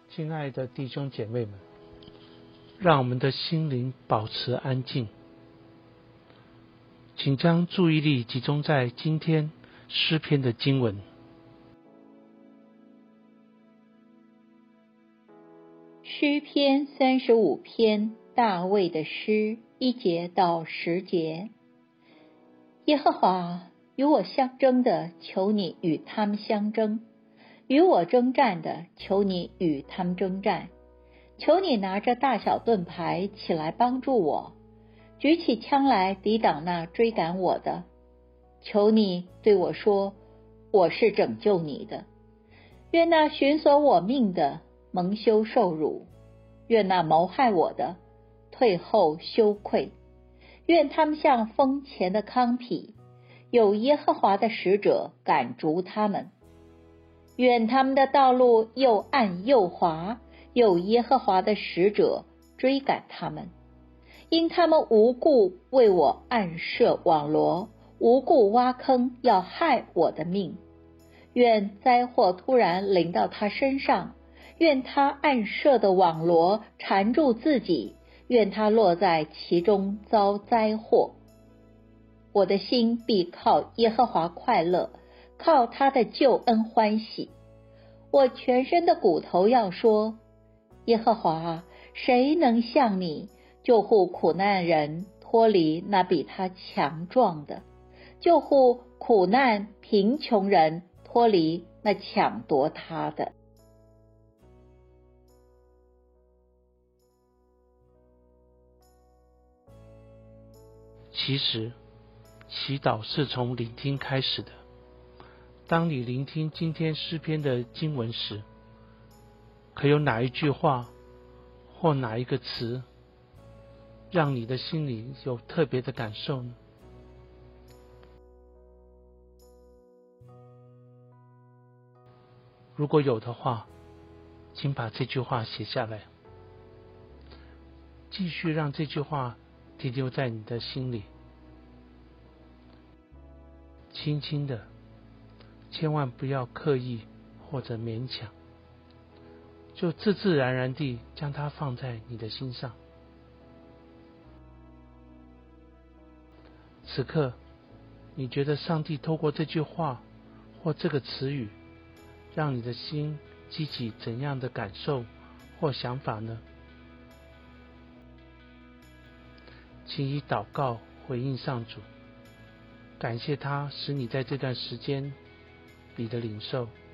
亲爱的弟兄姐妹们，让我们的心灵保持安静，请将注意力集中在今天诗篇的经文。 诗篇35篇，大卫的诗，1节到10节。耶和华，与我相争的，求你与他们相争；与我征战的，求你与他们征战。求你拿着大小盾牌起来帮助我，举起枪来抵挡那追赶我的。求你对我说，我是拯救你的。愿那寻索我命的蒙羞受辱，愿那谋害我的退后羞愧。愿他们像风前的糠秕，有耶和华的使者赶逐他们。愿他们的道路又暗又滑，有耶和华的使者追赶他们。因他们无故为我暗设网罗，无故挖坑要害我的命。愿灾祸突然临到他身上，愿他暗设的网罗缠住自己，愿他落在其中遭灾祸。我的心必靠耶和华快乐，靠他的救恩欢喜。我全身的骨头要说，耶和华，谁能像你救护苦难人脱离那比他强壮的，救护苦难贫穷人脱离那抢夺他的。 其实祈祷是从聆听开始的。当你聆听今天诗篇的经文时，可有哪一句话或哪一个词让你的心里有特别的感受呢？如果有的话，请把这句话写下来，继续让这句话停留在你的心里，轻轻的，千万不要刻意或者勉强，就自自然然地将它放在你的心上。此刻，你觉得上帝透过这句话或这个词语，让你的心激起怎样的感受或想法呢？请以祷告回应上主，感谢他使你在这段时间里的领受